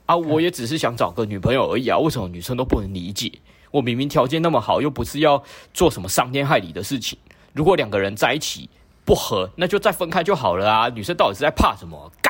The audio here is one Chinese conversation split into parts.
啊，我也只是想找个女朋友而已啊，为什么女生都不能理解？我明明条件那么好，又不是要做什么伤天害理的事情。如果两个人在一起不合，那就再分开就好了啊！女生到底是在怕什么？干！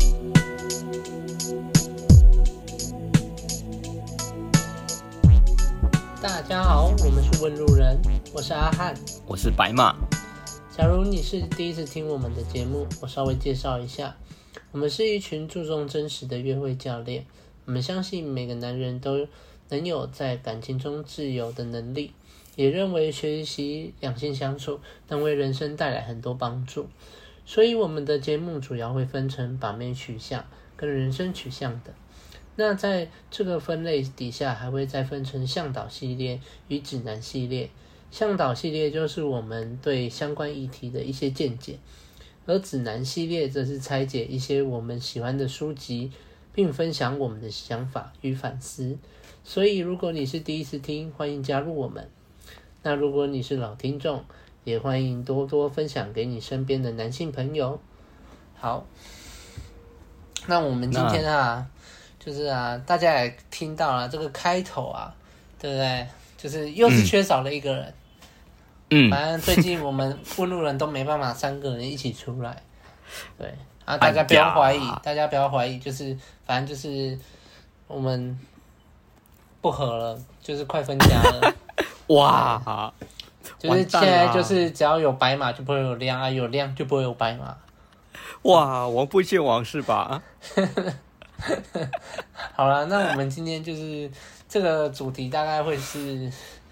大家好，我们是问路人，我是阿汉， 我是白马。 假如你是第一次听我们的节目，我稍微介绍一下，我们是一群注重真实的约会教练。我们相信每个男人都能有在感情中自由的能力，也认为学习两性相处能为人生带来很多帮助。所以我们的节目主要会分成把妹取向跟人生取向的。那在这个分类底下，还会再分成向导系列与指南系列。向导系列就是我们对相关议题的一些见解，而指南系列则是拆解一些我们喜欢的书籍，并分享我们的想法与反思。所以如果你是第一次听，欢迎加入我们。那如果你是老听众，也欢迎多多分享给你身边的男性朋友。好，那我们今天就是大家也听到了这个开头对不对？就是又是缺少了一个人。反正最近我们问路人都没办法3个人一起出来。对大家不要怀疑，大家不要怀疑，就是反正就是我们不合了，就是快分家了。 哇！ 就是现在就是只要有白马就不会有亮有亮就不会有白马。 哇，王不见王是吧？ 好了，那我们今天就是这个主题大概会是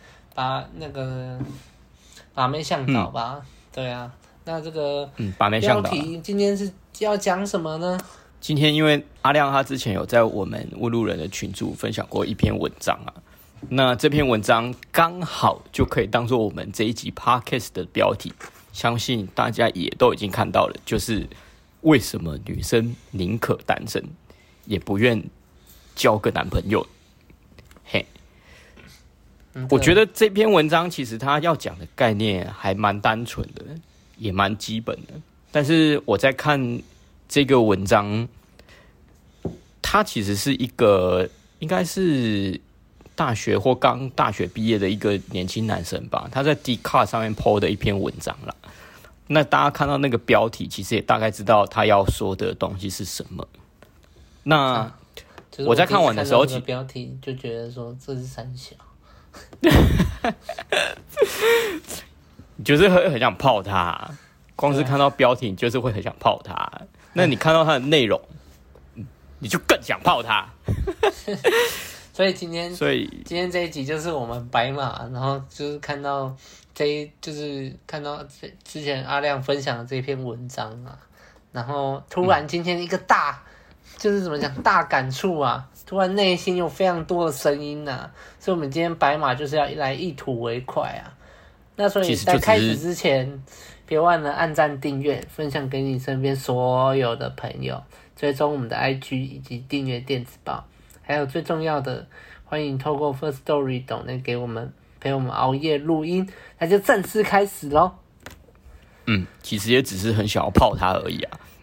把妹向导吧。对啊，那这个把妹向导标题今天是要讲什么呢？ 今天因为阿亮他之前有在我们问路人的群组分享过一篇文章那这篇文章刚好就可以当做我们这一集 podcast 的标题，相信大家也都已经看到了，就是为什么女生宁可单身也不愿交个男朋友。嘿，我觉得这篇文章其实他要讲的概念还蛮单纯的，也蛮基本的，但是我在看这个文章，他其实是一个应该是大学或刚大学毕业的一个年轻男生吧，他在 Dcard 上面 po 的一篇文章啦。那大家看到那个标题，其实也大概知道他要说的东西是什么。那我在看完的时候， 标题就觉得说这是三小， 你就是会很想泡他，光是看到标题，你就是会很想泡他。那你看到他的内容，你就更想泡他。 所以今天这一集就是我们白马，然后就是看到之前阿亮分享的这篇文章然后突然今天一个就是怎么讲大感触突然内心有非常多的声音所以我们今天白马就是要来一吐为快那所以在开始之前，别忘了按赞、订阅、分享给你身边所有的朋友，追踪我们的 IG 以及订阅电子报。还有最重要的，欢迎透过 Firstory 抖内给我们陪我们熬夜录音，那就正式开始咯。 其实也只是很想要泡他而已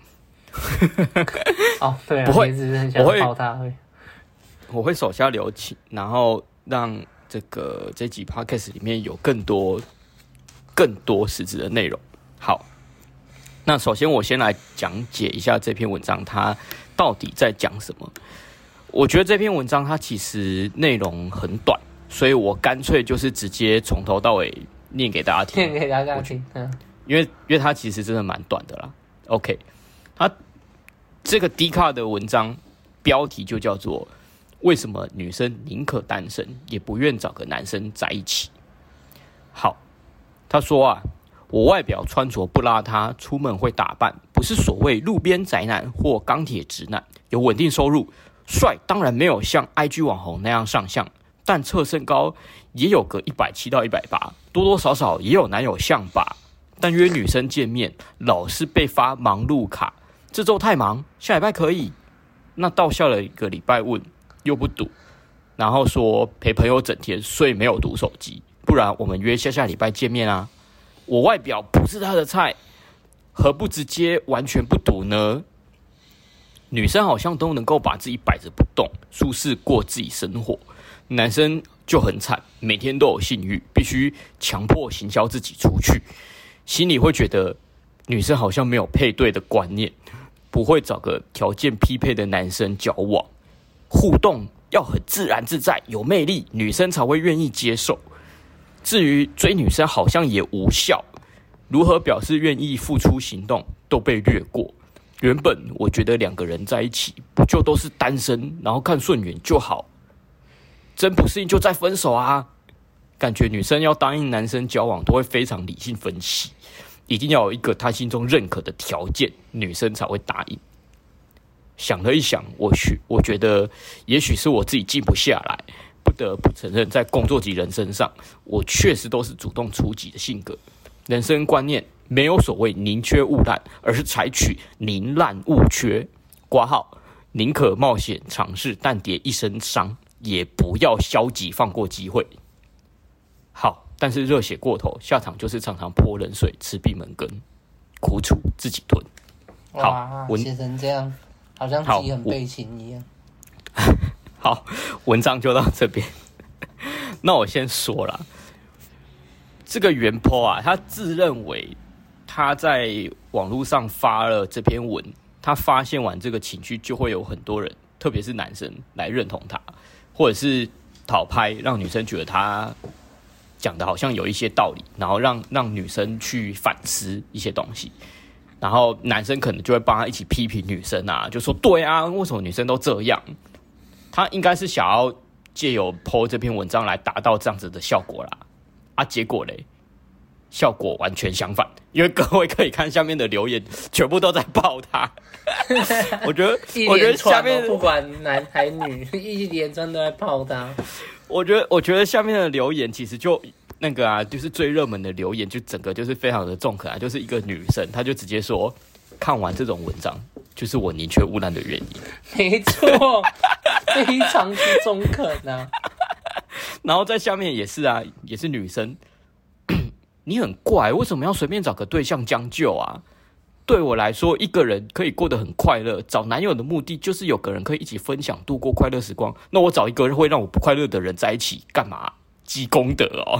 对不会， 也只是很想要泡他而已。 我会手下留情，然后让这集 podcast 里面有更多实质的内容。好，那首先我先来讲解一下这篇文章它到底在讲什么。我觉得这篇文章它其实内容很短，所以我干脆就是直接从头到尾念给大家听。 念给大家听， 因为它其实真的蛮短的啦。OK， 它这个 Dcard 的文章标题就叫做“为什么女生宁可单身也不愿找个男生在一起”。好，他说我外表穿着不邋遢，出门会打扮，不是所谓路边宅男或钢铁直男，有稳定收入。帅当然没有像 IG 网红那样上相，但测身高也有个170到180，多多少少也有男友相吧。但约女生见面老是被发忙碌卡，这周太忙，下礼拜可以。那到下了一个礼拜问又不读，然后说陪朋友整天，所以没有读手机，不然我们约下礼拜见面我外表不是他的菜，何不直接完全不读呢？ 女生好像都能够把自己摆着不动，舒适过自己生活，男生就很惨，每天都有性欲，必须强迫行销自己出去，心里会觉得女生好像没有配对的观念，不会找个条件匹配的男生交往，互动要很自然自在，有魅力，女生才会愿意接受。至于追女生好像也无效，如何表示愿意付出行动都被略过。原本我觉得两个人在一起不就都是单身，然后看顺眼就好，真不适应就再分手啊。感觉女生要答应男生交往都会非常理性分析，一定要有一个她心中认可的条件，女生才会答应。想了一想，我觉得也许是我自己静不下来，不得不承认，在工作及人生上，我确实都是主动出击的性格。人生观念没有所谓宁缺毋滥，而是采取宁滥勿缺。括号宁可冒险尝试，但跌一身伤，也不要消极放过机会。好，但是热血过头，下场就是常常泼冷水，吃闭门羹，苦楚自己吞。 好，写成这样，好像自己很悲情一样。 好，文章就到这边。那我先说啦，这个原 po 啊，他自认为他在网络上发了这篇文，他发现完这个情绪，就会有很多人，特别是男生来认同他，或者是讨拍，让女生觉得他讲的好像有一些道理，然后让女生去反思一些东西。然后男生可能就会帮他一起批评女生啊，就说对啊，为什么女生都这样？他应该是想要借由 po 这篇文章来达到这样子的效果啦。啊，结果嘞，效果完全相反，因为各位可以看下面的留言，全部都在爆他。我觉得下面不管男还女，一连串都在爆他。 我觉得下面的留言其实就那个啊，就是最热门的留言，就整个就是非常的中肯啊，就是一个女生，她就直接说，看完这种文章，就是我宁缺毋滥的原因。 没错，非常之中肯啊。 然后在下面也是啊，也是女生，你很怪，为什么要随便找个对象将就啊？对我来说，一个人可以过得很快乐，找男友的目的就是有个人可以一起分享度过快乐时光。那我找一个会让我不快乐的人在一起干嘛？积功德哦。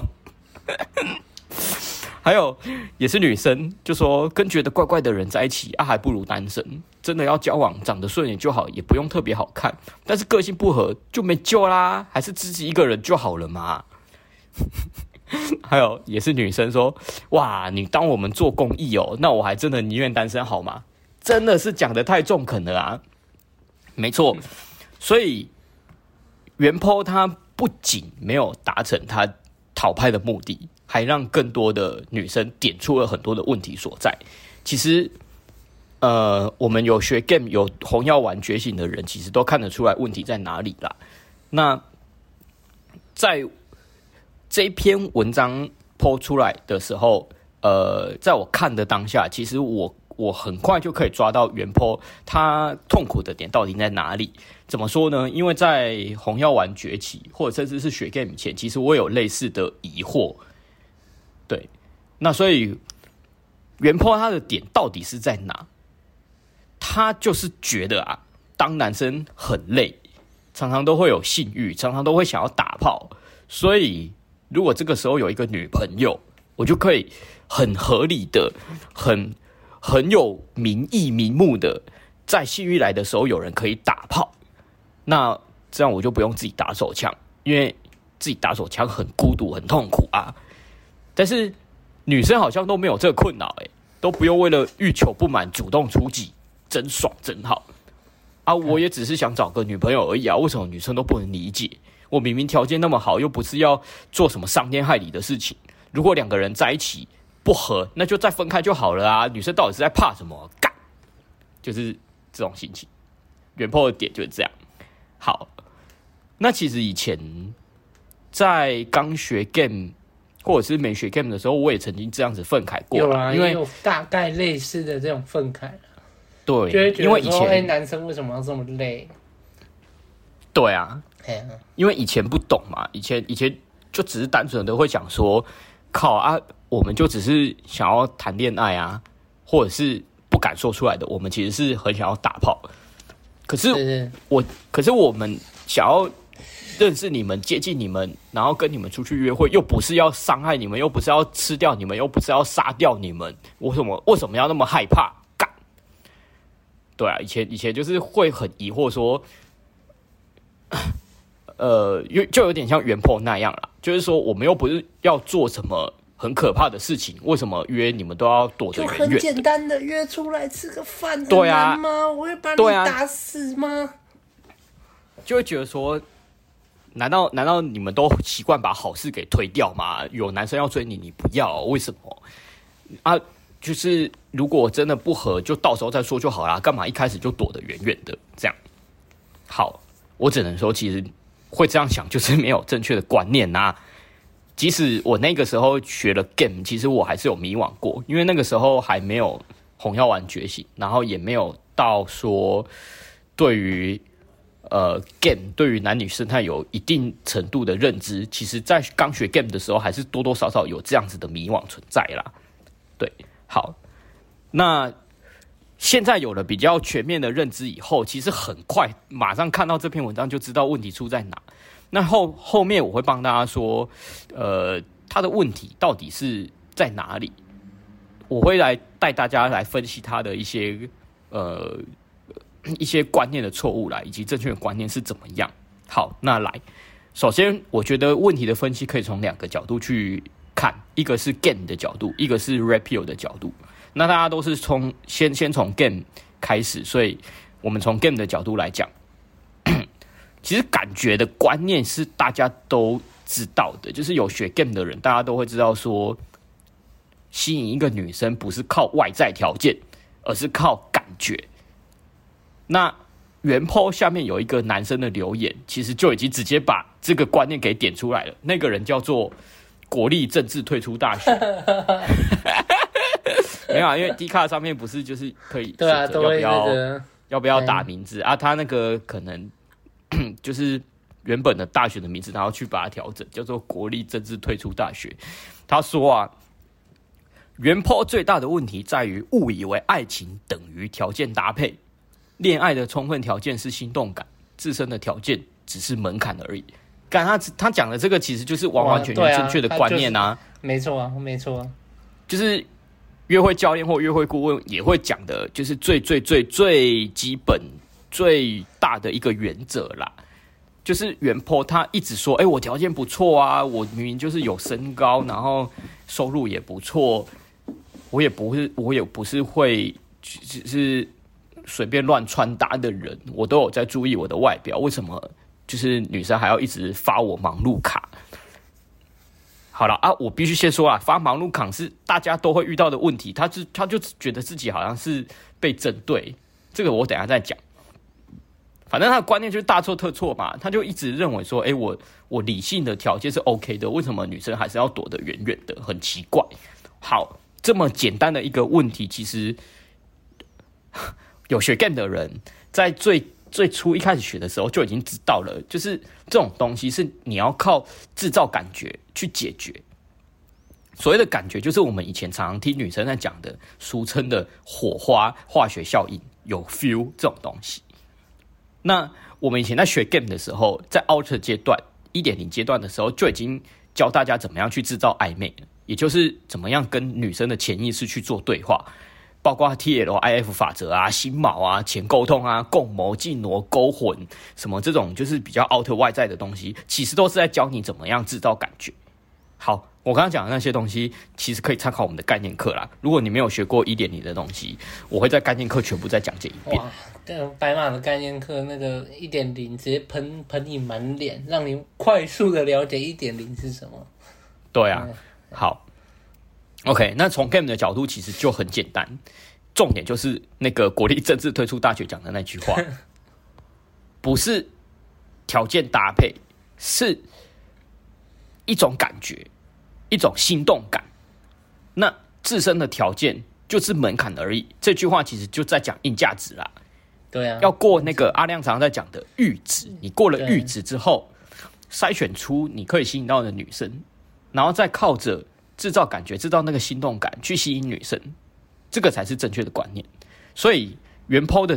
还有也是女生就说，跟觉得怪怪的人在一起啊，还不如单身。真的要交往，长得顺眼就好，也不用特别好看，但是个性不合就没救啦，还是自己一个人就好了嘛。还有也是女生说，哇，你当我们做公益哦，那我还真的宁愿单身好吗？真的是讲得太中肯了啊。没错，所以原 po 他不仅没有达成他讨拍的目的，还让更多的女生点出了很多的问题所在。其实我们有学 game 有红药丸觉醒的人，其实都看得出来问题在哪里啦。那在这一篇文章 po 出来的时候，在我看的当下，其实我很快就可以抓到原 po 他痛苦的点到底在哪里。怎么说呢？因为在红药丸崛起，或者甚至是学 game 以前，其实我有类似的疑惑。对，那所以原 po 他的点到底是在哪？他就是觉得啊，当男生很累，常常都会有性欲，常常都会想要打炮，所以如果这个时候有一个女朋友，我就可以很合理的、很有名义名目的，在性欲来的时候有人可以打炮，那这样我就不用自己打手枪，因为自己打手枪很孤独、很痛苦啊。但是女生好像都没有这个困扰，都不用为了欲求不满主动出击。真爽真好啊！我也只是想找个女朋友而已啊，为什么女生都不能理解？我明明条件那么好，又不是要做什么伤天害理的事情。如果两个人在一起不合，那就再分开就好了啊！女生到底是在怕什么？干，就是这种心情。原 po 的点就是这样。好，那其实以前在刚学 game 或者是没学 game 的时候，我也曾经这样子愤慨过。 有啊， 因为有大概类似的这种愤慨。 对， 就会觉得因为以前男生为什么要这么累？ 对啊，因为以前不懂嘛，以前就只是单纯的会想说，靠啊，我们就只是想要谈恋爱啊，或者是不敢说出来的，我们其实是很想要打炮。 可是我们想要认识你们、接近你们，然后跟你们出去约会，又不是要伤害你们，又不是要吃掉你们，又不是要杀掉你们，为什么要那么害怕？干，对啊，以前就是会很疑惑说，就有点像原 po 那样啦，就是说我们又不是要做什么很可怕的事情，为什么约你们都要躲得远远的？ 就很简单的约出来吃个饭， 对啊， 很难吗？我会把你打死吗？ 就会觉得说，难道你们都习惯把好事给推掉吗？有男生要追你，你不要，为什么啊？就是如果真的不合，就到时候再说就好啦，干嘛一开始就躲得远远的？这样好，我只能说，其实会这样想，就是没有正确的观念呐。即使我那个时候学了 game， 其实我还是有迷惘过，因为那个时候还没有红药丸觉醒，然后也没有到说对于game 对于男女生态有一定程度的认知。其实，在刚学 game 的时候，还是多多少少有这样子的迷惘存在啦。对，好，那现在有了比较全面的认知以后，其实很快马上看到这篇文章就知道问题出在哪。那后面我会帮大家说，他的问题到底是在哪里？我会来带大家来分析他的一些观念的错误啦，以及正确的观念是怎么样。好，那来，首先我觉得问题的分析可以从两个角度去看，一个是 game 的角度，一个是 rapio 的角度。那大家都是先从 game 开始，所以我们从 game 的角度来讲。其实感觉的观念是大家都知道的，就是有学 game 的人，大家都会知道说，吸引一个女生不是靠外在条件，而是靠感觉。那原 po 下面有一个男生的留言，其实就已经直接把这个观念给点出来了。那个人叫做国立政治退出大学。没有啊，因为 Dcard 上面不是就是可以选择要不要打名字啊？他那个可能就是原本的大学的名字，然后去把它调整，叫做国立政治退出大学。他说啊，原 po 最大的问题在于误以为爱情等于条件搭配，恋爱的充分条件是心动感，自身的条件只是门槛而已。他讲的这个其实就是完完全全正确的观念啊， 没错啊，没错啊， 就是约会教练或约会顾问也会讲的，就是最基本、最大的一个原则啦。就是原 po 他一直说，我条件不错啊，我明明就是有身高，然后收入也不错，我也不是会就是随便乱穿搭的人，我都有在注意我的外表，为什么就是女生还要一直发我忙碌卡？好了啊，我必须先说啊，发忙碌卡是大家都会遇到的问题，他就觉得自己好像是被针对，这个我等一下再讲。反正他的观念就是大错特错嘛，他就一直认为说，我理性的条件是 OK 的，为什么女生还是要躲得远远的？很奇怪。好，这么简单的一个问题，其实有学 game 的人在最初一开始学的时候就已经知道了，就是这种东西是你要靠制造感觉去解决。所谓的感觉，就是我们以前常常听女生在讲的，俗称的火花、化学效应，有 feel 这种东西。那我们以前在学 game 的时候，在 Ultra 阶段 1.0 阶段的时候，就已经教大家怎么样去制造暧昧了，也就是怎么样跟女生的潜意识去做对话，包括 TLIF 法则啊、心锚啊、前沟通啊、共谋、进挪、勾魂，什么这种就是比较 out 外在的东西，其实都是在教你怎么样制造感觉。好，我刚刚讲的那些东西，其实可以参考我们的概念课啦。如果你没有学过1.0的东西，我会在概念课全部再讲解一遍。 哇，白马的概念课那个 1.0 直接喷你满脸，让你快速的了解 1.0 是什么。 对啊，好 ，OK， 那从 game 的角度其实就很简单，重点就是那个国立政治退出大学讲的那句话，不是条件搭配，是一种感觉，一种心动感。那自身的条件就是门槛而已。这句话其实就在讲硬价值啦。 对啊， 要过那个阿亮常常在讲的阈值，你过了阈值之后，筛选出你可以吸引到的女生，然后再靠着制造感觉、制造那个心动感去吸引女生，这个才是正确的观念。所以原 po 的点，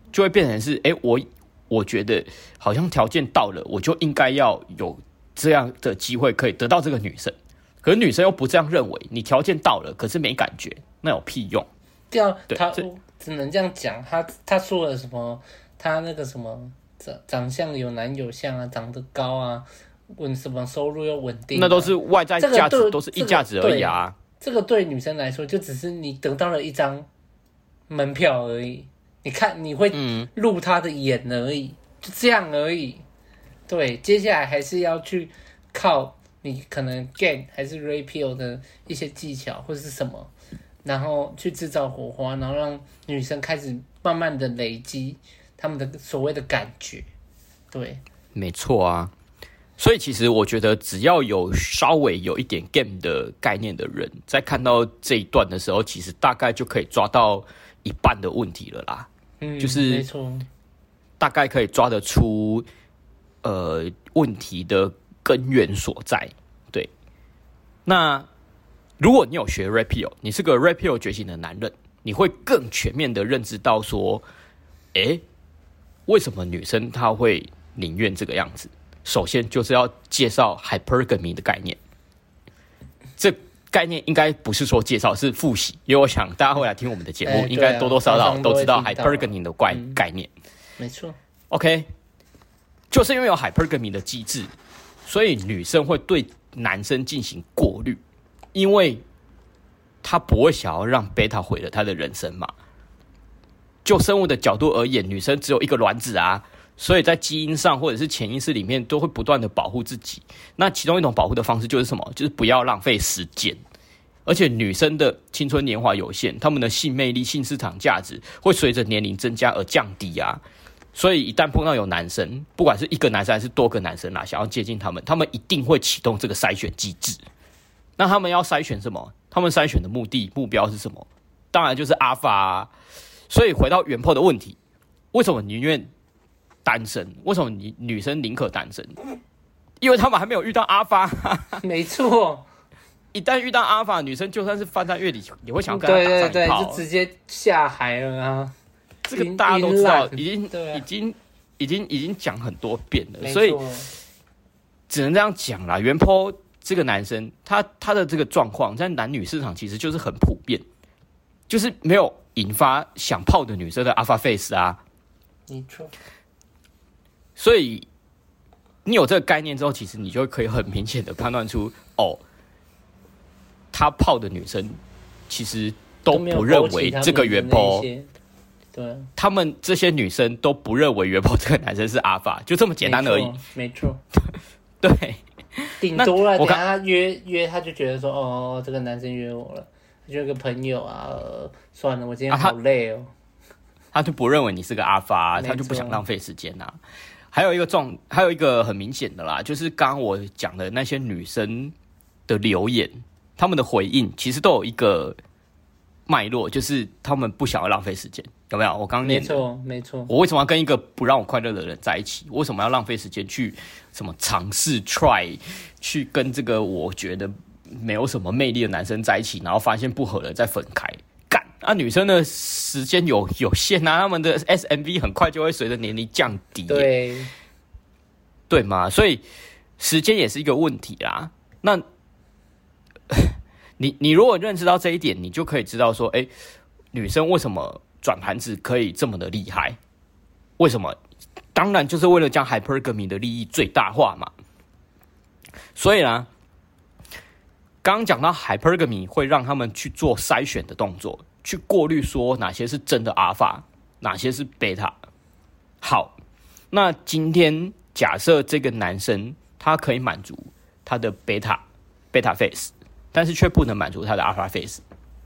就会变成是，我觉得好像条件到了，我就应该要有这样的机会可以得到这个女生。可是女生又不这样认为，你条件到了，可是没感觉，那有屁用？ 对啊，他只能这样讲。他说了什么？他那个什么长相有男有相啊，长得高啊，什么收入又稳定、啊， 那都是外在价值，都是一价值而已啊。 这个对女生来说，就只是你得到了一张门票而已。你看，你会入他的眼而已，就这样而已。对，接下来还是要去靠你可能 gain 还是 rapio 的一些技巧或是什么，然后去制造火花，然后让女生开始慢慢的累积他们的所谓的感觉。对， 没错啊。所以其实我觉得，只要有稍微有一点 game 的概念的人，在看到这一段的时候，其实大概就可以抓到一半的问题了啦。就是没错， 大概可以抓得出问题的根源所在。对，那如果你有学 rapio， 你是个 rapio 觉醒的男人，你会更全面的认知到说，为什么女生她会宁愿这个样子？首先就是要介绍 hypergamy 的概念，这概念应该不是说介绍，是复习，因为我想大家会来听我们的节目，应该多多少少都知道 hypergamy 的概念。 没错。 OK， 就是因为有 hypergamy 的机制，所以女生会对男生进行过滤，因为她不会想要让贝塔毁了她的人生嘛。就生物的角度而言，女生只有一个卵子啊。所以在基因上或者是潜意识里面都会不断的保护自己，那其中一种保护的方式就是什么？就是不要浪费时间。而且女生的青春年华有限，她们的性魅力、性市场价值会随着年龄增加而降低啊。所以一旦碰到有男生，不管是一个男生还是多个男生想要接近他们一定会启动这个筛选机制。那他们要筛选什么？他们筛选的目标是什么？当然就是阿法啊。所以回到原破的问题，为什么宁愿单身？为什么女生宁可单身？因为他们还没有遇到阿法。 没错， 一旦遇到阿法，女生就算是翻山越岭，也会想要跟他打上一炮， 就直接下海了啊！ 这个大家都知道，已经讲很多遍了，所以只能这样讲啦。原 po 这个男生，他的这个状况在男女市场其实就是很普遍，就是没有引发想泡的女生的 alpha face 啊。 没错。 所以你有这个概念之后，其实你就可以很明显的判断出，他泡的女生其实都不认为这个原 po， 对， 他们这些女生都不认为原 po 这个男生是阿法，就这么简单而已。 没错， 对， 顶多了，等下他约他就觉得说，这个男生约我了，他就有个朋友啊，算了，我今天好累哦。 他就不认为你是个阿法，他就不想浪费时间啊。还有一个很明显的啦，就是刚刚我讲的那些女生的留言，他们的回应其实都有一个脉络，就是他们不想要浪费时间，有没有？我刚刚念的， 没错。 我为什么要跟一个不让我快乐的人在一起？为什么要浪费时间去什么尝试 try 去跟这个我觉得没有什么魅力的男生在一起，然后发现不合了再分开？女生的时间有限啊，他们的 SMV 很快就会随着年龄降低，对吗？所以时间也是一个问题啦。那你如果认识到这一点，你就可以知道说，女生为什么转盘子可以这么的厉害？为什么？当然就是为了将 hypergamy 的利益最大化嘛。所以呢，刚刚讲到 hypergamy 会让他们去做筛选的动作，去过滤说哪些是真的 alpha， 哪些是 beta。好，那今天假设这个男生他可以满足他的 beta face， 但是却不能满足他的 alpha face。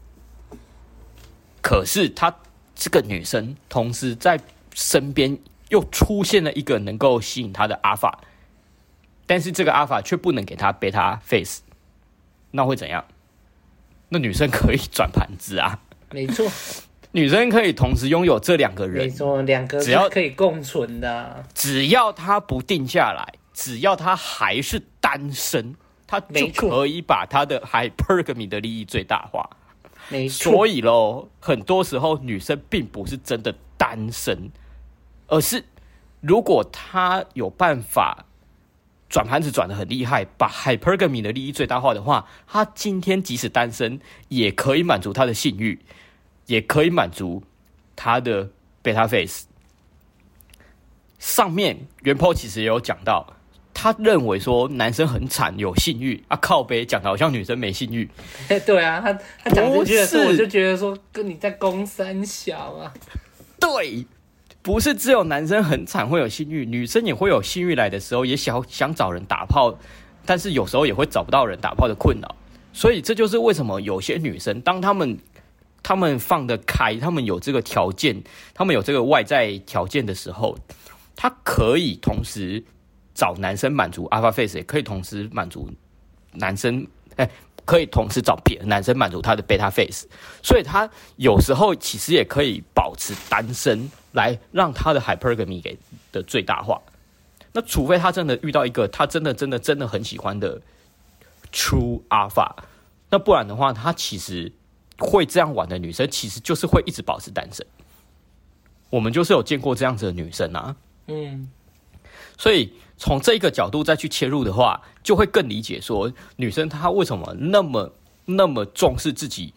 可是他这个女生同时在身边又出现了一个能够吸引他的 alpha， 但是这个 alpha 却不能给他 beta face， 那会怎样？那女生可以转盘子啊。 没错， 女生可以同时拥有这两个人， 没错，两个是可以共存的啊。 只要他不定下来，只要他还是单身，他就可以把他的 hypergamy 的利益最大化。 没错， 所以咯，很多时候女生并不是真的单身， 而是如果他有办法转盘子转得很厉害，把 hypergamy 的利益最大化的话，他今天即使单身，也可以满足他的性欲，也可以满足他的 beta face。上面原 po 其实也有讲到，他认为说男生很惨有性欲啊，靠北讲的好像女生没性欲。 对啊，他讲这句的时候，我就觉得说跟你在攻三小啊。 对，不是只有男生很惨会有性欲，女生也会有性欲来的时候，也想找人打炮，但是有时候也会找不到人打炮的困扰。所以这就是为什么有些女生，当他们放得开，他们有这个条件，他们有这个外在条件的时候，他可以同时找男生满足 alpha face， 也可以同时满足男生，可以同时找别的男生满足他的 beta face， 所以他有时候其实也可以保持单身，来让他的 hypergamy 给的最大化。那除非他真的遇到一个他真的很喜欢的 true alpha， 那不然的话，他其实会这样玩的女生，其实就是会一直保持单身。我们就是有见过这样子的女生啊，所以从这个角度再去切入的话，就会更理解说女生她为什么那么重视自己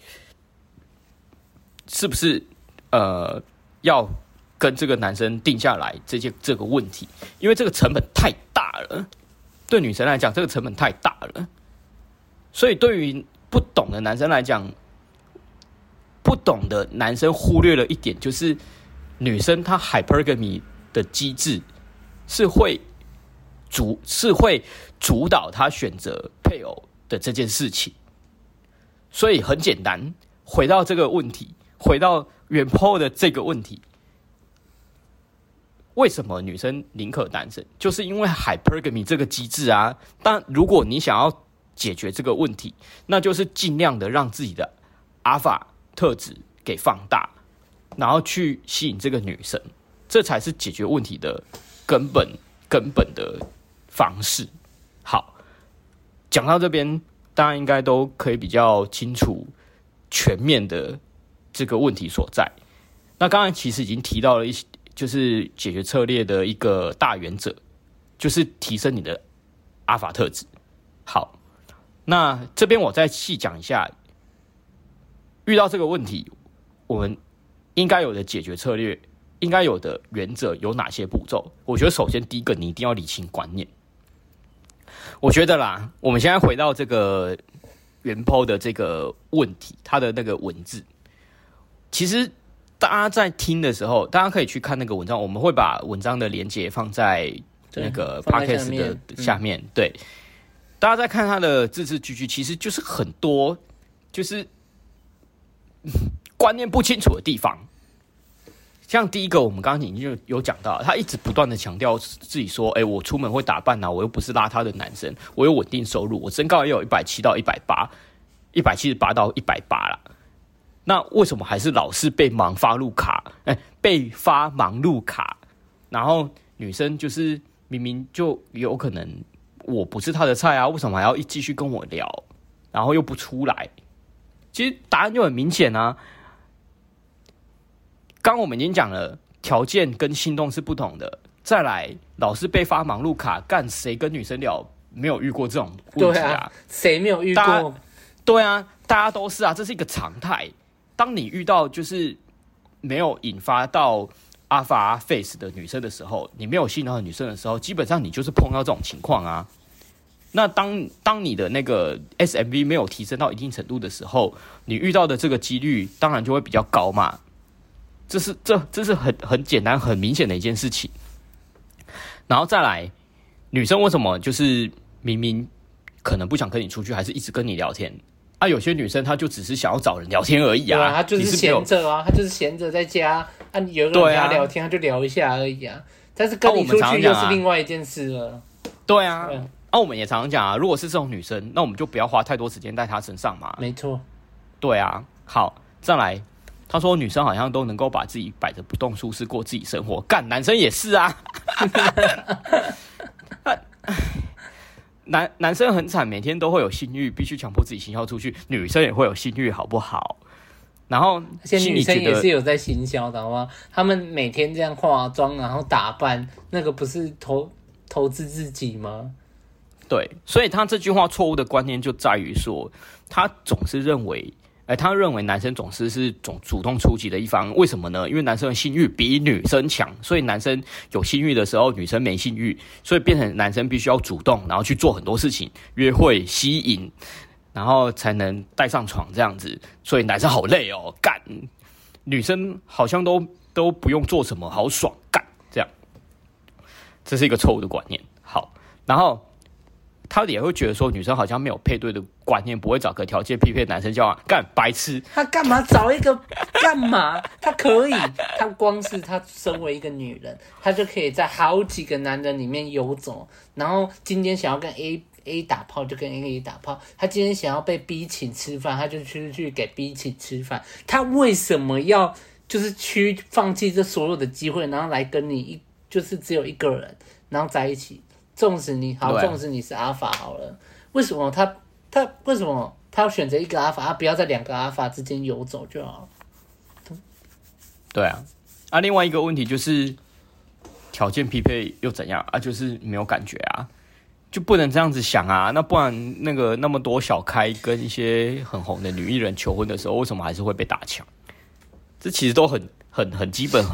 是不是要跟这个男生定下来这个问题，因为这个成本太大了，对女生来讲这个成本太大了，所以对于不懂的男生来讲，不懂的男生忽略了一点，就是女生她 hypergamy 的机制是会主导她选择配偶的这件事情。所以很简单，回到这个问题，回到原 po 的这个问题，为什么女生宁可单身？就是因为 hypergamy 这个机制啊。但如果你想要解决这个问题，那就是尽量的让自己的 alpha 特质给放大，然后去吸引这个女生，这才是解决问题的根本的方式。好，讲到这边，大家应该都可以比较清楚全面的这个问题所在。那刚才其实已经提到了一些，就是解决策略的一个大原则，就是提升你的阿法特质。好，那这边我再细讲一下，遇到这个问题，我们应该有的解决策略，应该有的原则有哪些步骤？我觉得首先第一个，你一定要理清观念。我觉得啦，我们现在回到这个原 po 的这个问题，它的那个文字，其实大家在听的时候，大家可以去看那个文章，我们会把文章的连结放在那个 podcast 的下面。对，大家在看它的字字句句，其实就是很多就是观念不清楚的地方。像第一个，我们刚刚已经有讲到，他一直不断的强调自己说，我出门会打扮啊，我又不是邋遢的男生，我有稳定收入，我身高也有170到180，178到180啦。那为什么还是老是被发忙碌卡？然后女生就是明明就有可能我不是她的菜啊，为什么还要继续跟我聊？然后又不出来？其实答案就很明显啊。刚我们已经讲了，条件跟心动是不同的。再来，老是被发忙碌卡，干谁跟女生聊没有遇过这种问题啊？ 谁没有遇过？ 对啊，大家都是啊，这是一个常态。当你遇到就是没有引发到 alpha face 的女生的时候，你没有吸引到的女生的时候，基本上你就是碰到这种情况啊。那当你的那个 SMV 没有提升到一定程度的时候，你遇到的这个几率当然就会比较高嘛。这是很简单很明显的一件事情。然后再来，女生为什么就是明明可能不想跟你出去，还是一直跟你聊天啊？有些女生她就只是想要找人聊天而已啊， 她就是闲着啊，她就是闲着在家啊，有人跟她聊天，她就聊一下而已啊。但是跟你出去又是另外一件事了。 对啊，我们也常常讲啊，如果是这种女生，那我们就不要花太多时间在她身上嘛。 没错。对啊，好，再来。他说女生好像都能够把自己摆着不动舒适过自己生活，干男生也是啊。男生很惨，每天都会有性欲，必须强迫自己行销出去。女生也会有性欲，好不好？ 然后而且女生心里觉得也是有在行销的，好吗？他们每天这样化妆，然后打扮，那个不是投资自己吗？ 对，所以他这句话错误的观念就在于说，他总是认为。他认为男生总是主动出击的一方，为什么呢？因为男生的性欲比女生强，所以男生有性欲的时候，女生没性欲，所以变成男生必须要主动，然后去做很多事情，约会、吸引，然后才能带上床这样子。所以男生好累哦，干，女生好像都不用做什么，好爽，干这样，这是一个错误的观念。好，然后。他也会觉得说女生好像没有配对的观念，不会找个条件匹配的男生交往，干白痴。 他干嘛找一个干嘛？他可以，他光是他身为一个女人，他就可以在好几个男人里面游走。然后今天想要跟 A 打炮就跟 A 打炮，他今天想要被 B 请吃饭，他就去给 B 请吃饭。他为什么要就是去放弃这所有的机会，然后来跟你就是只有一个人，然后在一起？纵使你是阿法好了，为什么他为什么他要选择一个阿法，他不要在两个阿法之间游走就好了？ 对啊，另外一个问题就是条件匹配又怎样啊？就是没有感觉啊，就不能这样子想啊。那不然那么多小开跟一些很红的女艺人求婚的时候，为什么还是会被打枪？这其实都很基本，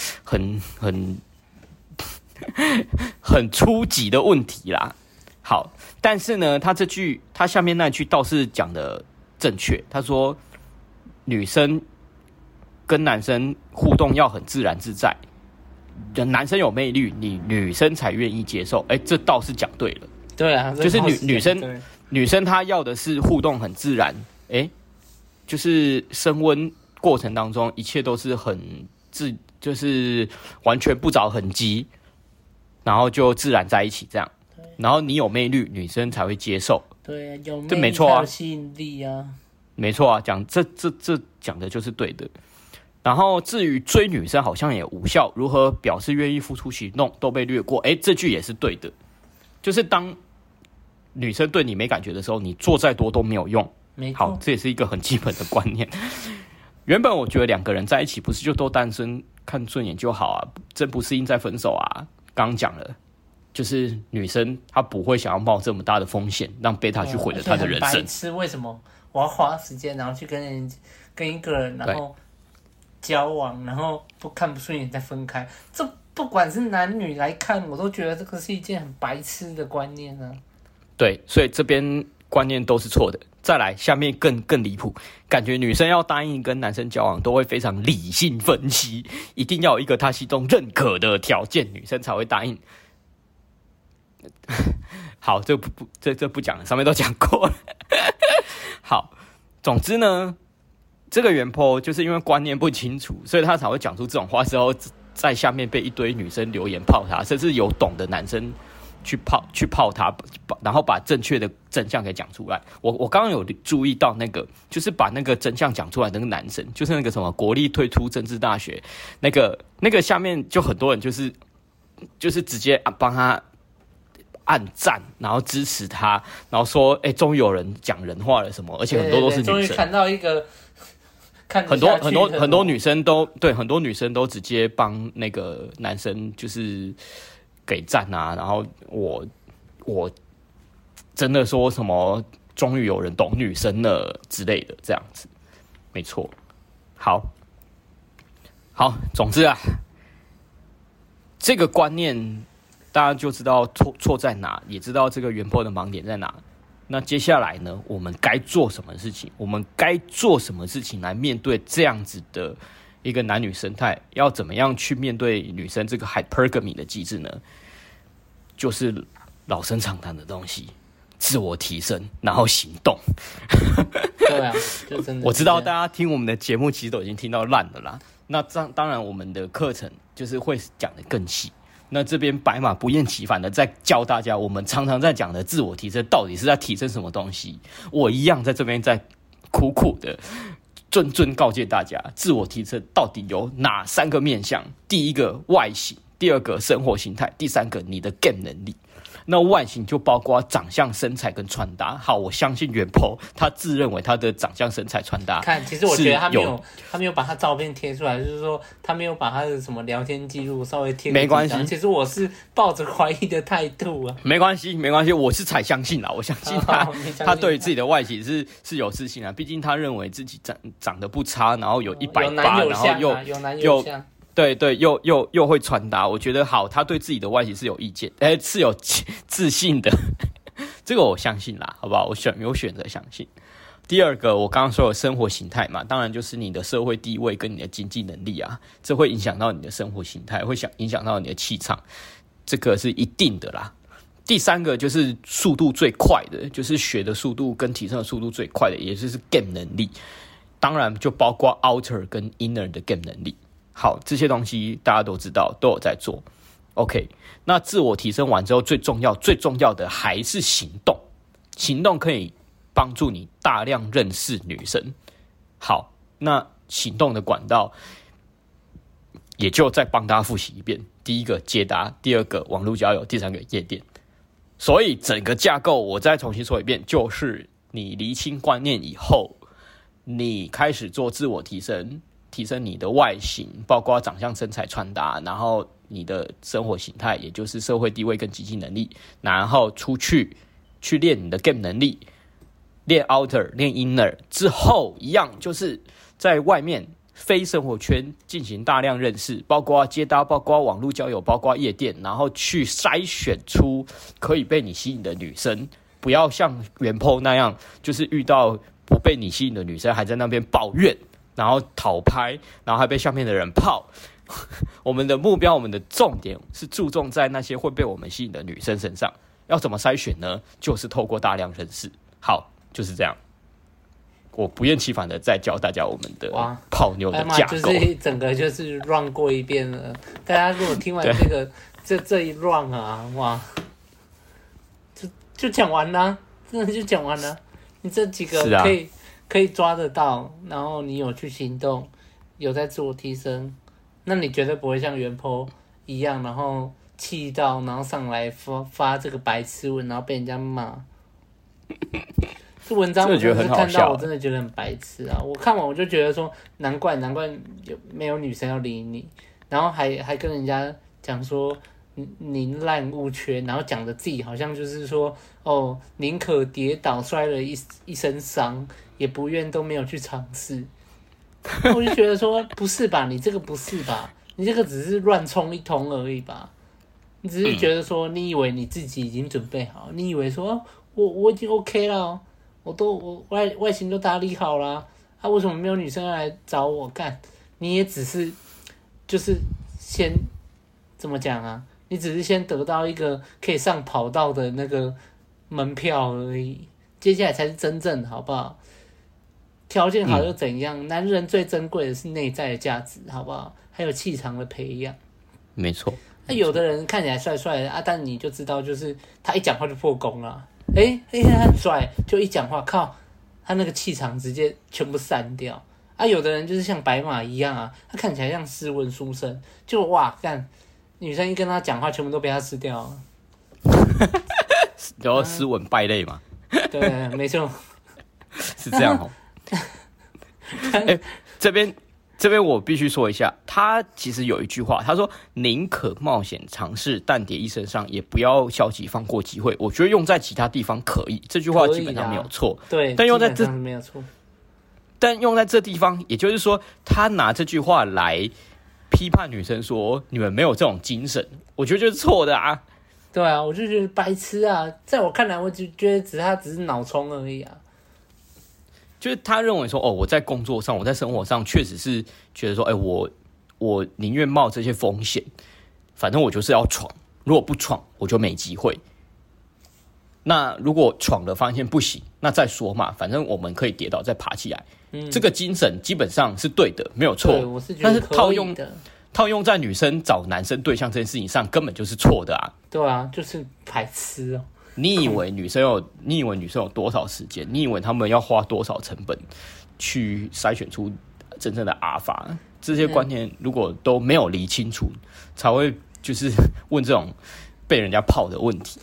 很初级的问题啦。好，但是呢，他下面那句倒是讲的正确。他说，女生跟男生互动要很自然自在，男生有魅力，女生才愿意接受。这倒是讲对了。 对啊， 就是女生她要的是互动很自然，就是升温过程当中，一切都是就是完全不着痕迹。然后就自然在一起这样，然后你有魅力，女生才会接受。 对啊，有魅力这没错啊， 有吸引力啊， 没错啊，这讲的就是对的。然后至于追女生好像也无效，如何表示愿意付出行动都被略过。这句也是对的，就是当女生对你没感觉的时候，你做再多都没有用。 没错， 好，这也是一个很基本的观念。原本我觉得两个人在一起不是就都单身看顺眼就好啊，真不适应再分手啊。刚刚讲了，就是女生她不会想要冒这么大的风险，让贝塔去毁了她的人生。 白痴，为什么我要花时间，然后去跟一个人，然后交往，然后看不顺眼再分开？这不管是男女来看，我都觉得这个是一件很白痴的观念啊。 对，所以这边观念都是错的。再来，下面更离谱，感觉女生要答应跟男生交往，都会非常理性分析，一定要有一个她心中认可的条件，女生才会答应。好，这不讲了，上面都讲过了。好，总之呢，这个原 po 就是因为观念不清楚，所以他才会讲出这种话之后，在下面被一堆女生留言泡他，甚至有懂的男生去泡他，然后把正确的真相给讲出来。我刚刚有注意到就是把那个真相讲出来的那个男生，就是那个什么国立退出政治大学，那个下面就很多人就是直接帮他按赞，然后支持他，然后说终于有人讲人话了什么，而且很多都是女生。 终于看到一个很多女生都对，很多女生都直接帮那个男生就是给赞啊，然后我真的说什么终于有人懂女生了之类的，这样子，没错。好，总之啊，这个观念大家就知道错在哪，也知道这个原 po 的盲点在哪。那接下来呢，我们该做什么事情？我们该做什么事情来面对这样子的一个男女生态？要怎么样去面对女生这个 hypergamy 的机制呢？就是老生常谈的东西，自我提升，然后行动。 对啊，就真的。 我知道大家听我们的节目其实都已经听到烂了啦。那当然，我们的课程就是会讲得更细。那这边白马不厌其烦的在教大家，我们常常在讲的自我提升到底是在提升什么东西。我一样在这边在苦苦的谆告诫大家，自我提升到底有哪3个面向？第一个外形，第2个生活形态，第3个你的 game 能力。 那外形就包括长相、身材跟穿搭。好，我相信原 po 他自认为他的长相、身材、穿搭， 其实我觉得他没有把他照片贴出来，就是说他没有把他的什么聊天记录稍微贴。 没关系， 其实我是抱着怀疑的态度啊。 没关系，我是才相信啦，我相信他对于自己的外形是有自信啊。毕竟他认为自己长得不差，然后有180，然后有男有相。 对，又会穿搭，我觉得好，他对自己的外形是有意见，是有自信的，这个我相信啦，好不好？我选择相信。第二个，我刚刚说的生活形态嘛，当然就是你的社会地位跟你的经济能力啊，这会影响到你的生活形态，会影响到你的气场，这个是一定的啦。第三个就是速度最快的，就是学的速度跟提升的速度最快的，也就是 game 能力，当然就包括 outer 跟 inner 的 game 能力。好，这些东西大家都知道，都有在做。OK， 那自我提升完之后，最重要的还是行动。行动可以帮助你大量认识女生。好，那行动的管道也就再帮大家复习一遍：第一个接搭，第二个网络交友，第三个夜店。所以整个架构我再重新说一遍，就是你厘清观念以后，你开始做自我提升。提升你的外形，包括长相、身材、穿搭，然后你的生活形态，也就是社会地位跟经济能力，然后出去练你的 game 能力，练 outer 练 inner 之后，一样就是在外面非生活圈进行大量认识，包括接搭，包括网络交友，包括夜店，然后去筛选出可以被你吸引的女生，不要像原 po 那样，就是遇到不被你吸引的女生还在那边抱怨，然后讨拍，然后还被下面的人泡。我们的目标，我们的重点是注重在那些会被我们吸引的女生身上。要怎么筛选呢？就是透过大量认识。好，就是这样。我不厌其烦的再教大家我们的泡妞的架构， 就是整个就是 run 过一遍了。大家如果听完这个这一 run 啊，哇，就讲完了，真的就讲完了。你这几个可以抓得到，然后你有去行动，有在自我提升，那你绝对不会像原 po 一样，然后气到，然后上来发这个白痴文，然后被人家骂。这文章我真的是看到，我真的觉得很白痴啊！我看完我就觉得说，难怪没有女生要理你，然后还跟人家讲说宁滥勿缺，然后讲的自己好像就是说哦，宁可跌倒摔了一身伤，也不愿都没有去尝试。我就觉得说，不是吧？你这个不是吧？你这个只是乱冲一通而已吧？你只是觉得说，你以为你自己已经准备好，你以为说我已经 OK 了，我外形都打理好了，啊，为什么没有女生来找我干？你也只是就是先怎么讲啊？你只是先得到一个可以上跑道的那个门票而已，接下来才是真正的，好不好？条件好又怎样？男人最珍贵的是内在的价值，好不好？还有气场的培养。 没错。 那有的人看起来帅帅的啊，但你就知道，就是他一讲话就破功了。他很帅，就一讲话，靠，他那个气场直接全部散掉。啊，有的人就是像白马一样啊，他看起来像斯文书生，就哇干，女生一跟他讲话，全部都被他吃掉了。 然后斯文败类嘛。 对，没错， 是这样哦。这边我必须说一下，他其实有一句话，他说宁可冒险尝试，但跌一身伤，也不要消极放过机会。我觉得用在其他地方可以，这句话基本上没有错。 对， 但用在这没有错。 但用在这地方，也就是说，他拿这句话来批判女生说你们没有这种精神，我觉得就是错的啊。 对啊，我就觉得白痴啊，在我看来，我就觉得他只是脑冲而已啊。 就是他认为说，哦，我在工作上，我在生活上，确实是觉得说，我宁愿冒这些风险，反正我就是要闯，如果不闯，我就没机会。那如果闯了发现不行，那再说嘛，反正我们可以跌倒再爬起来。这个精神基本上是对的，没有错。 对，我是觉得可以的。 但是套用在女生找男生对象这件事情上，根本就是错的啊。 对啊，就是白痴哦。 你以为女生有多少时间？你以为他们要花多少成本去筛选出真正的阿法？这些观念如果都没有理清楚，才会就是问这种被人家泡的问题。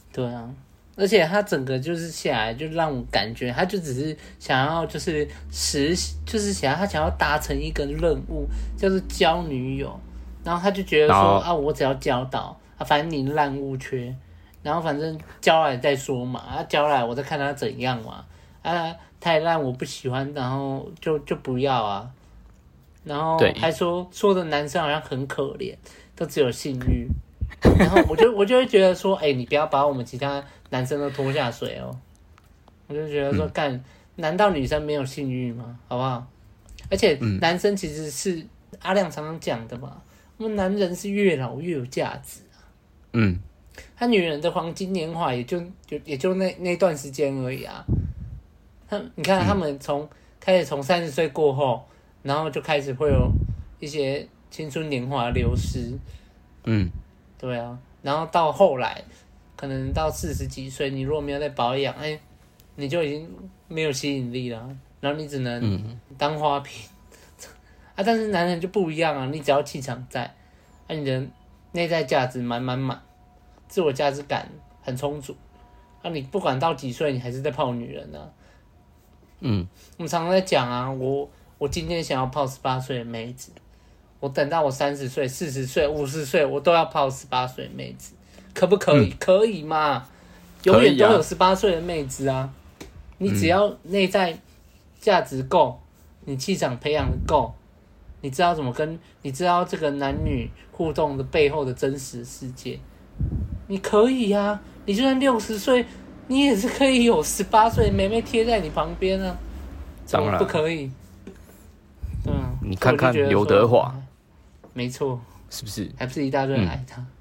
对啊，而且他整个就是下来，就让我感觉他就只是想要就是他想要达成一个任务，叫做交女友，然后他就觉得说啊，我只要交到啊，反正你烂物缺，然后反正交来再说嘛，啊交来我再看他怎样嘛，啊太烂我不喜欢，然后就不要啊，然后还说的男生好像很可怜，都只有性欲。然后我就会觉得说，你不要把我们其他男生都拖下水哦。我就觉得说，难道女生没有性欲吗？好不好？而且男生其实是阿亮常常讲的嘛，我们男人是越老越有价值啊。他女人的黄金年华也就那段时间而已啊。你看他们开始从30岁过后，然后就开始会有一些青春年华流失。对啊，然后到后来，可能到40几岁，你如果没有在保养，你就已经没有吸引力了，然后你只能当花瓶。但是男人就不一样啊，你只要气场在，你的内在价值满，自我价值感很充足，你不管到几岁，你还是在泡女人啊。我们常常在讲啊，我今天想要泡18岁的妹子。我等到我30岁、40岁、50岁，我都要泡18岁的妹子，可不可以？可以嘛？永远都有18岁的妹子啊！你只要内在价值够，你气场培养的够，你知道你知道这个男女互动的背后的真实世界，你可以啊！你就算60岁，你也是可以有18岁的妹妹贴在你旁边啊！ 当然不可以。对啊， 你看看刘德华。 没错， 是不是？ 还不是一大堆人爱他。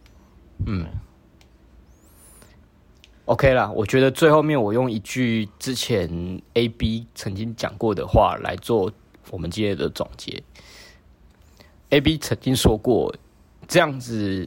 OK 啦，我觉得最后面我用一句之前 AB 曾经讲过的话来做我们今天的总结。AB 曾经说过，这样子，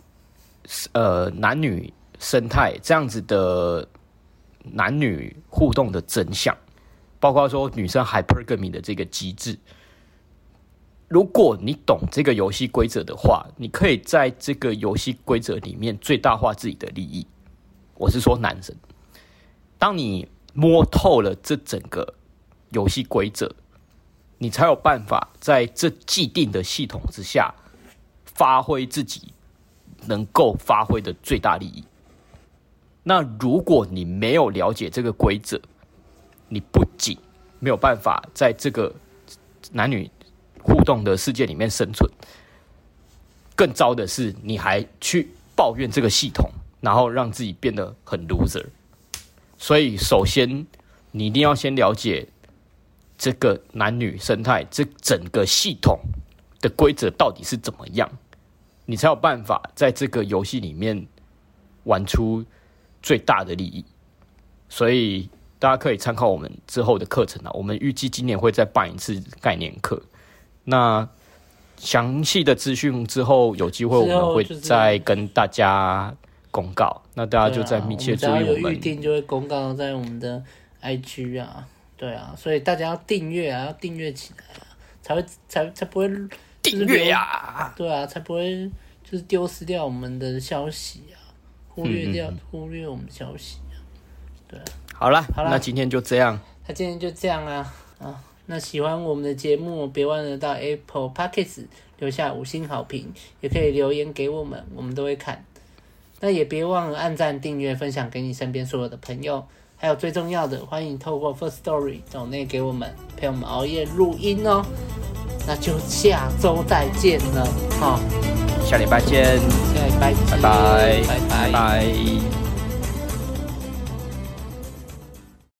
男女生态这样子的男女互动的真相，包括说女生 hypergamy 的这个机制。如果你懂这个游戏规则的话，你可以在这个游戏规则里面最大化自己的利益。我是说男生，当你摸透了这整个游戏规则，你才有办法在这既定的系统之下发挥自己能够发挥的最大利益。那如果你没有了解这个规则，你不仅没有办法在这个男女互动的世界里面生存，更糟的是你还去抱怨这个系统，然后让自己变得很 loser。 所以首先你一定要先了解这个男女生态这整个系统的规则到底是怎么样，你才有办法在这个游戏里面玩出最大的利益。所以大家可以参考我们之后的课程啊，我们预计今年会再办一次概念课。那详细的资讯之后有机会我们会再跟大家公告，那大家就在密切注意我们。 只要有预定就会公告在我们的 IG 啊，对啊，所以大家要订阅啊，要订阅起来啊，才不会订阅呀， 对啊，才不会就是丢失掉我们的消息啊，忽略我们的消息啊，对啊。 好啦，那今天就这样。 那今天就这样啦啊。那喜欢我们的节目，别忘了到 Apple Podcast 留下5星好评，也可以留言给我们，我们都会看。那也别忘了按赞、订阅、分享给你身边所有的朋友。还有最重要的，欢迎透过 First Story 抖内给我们，陪我们熬夜录音哦。那就下周再见了，好， 下礼拜见， 下礼拜见， 拜拜， 拜拜。 拜拜。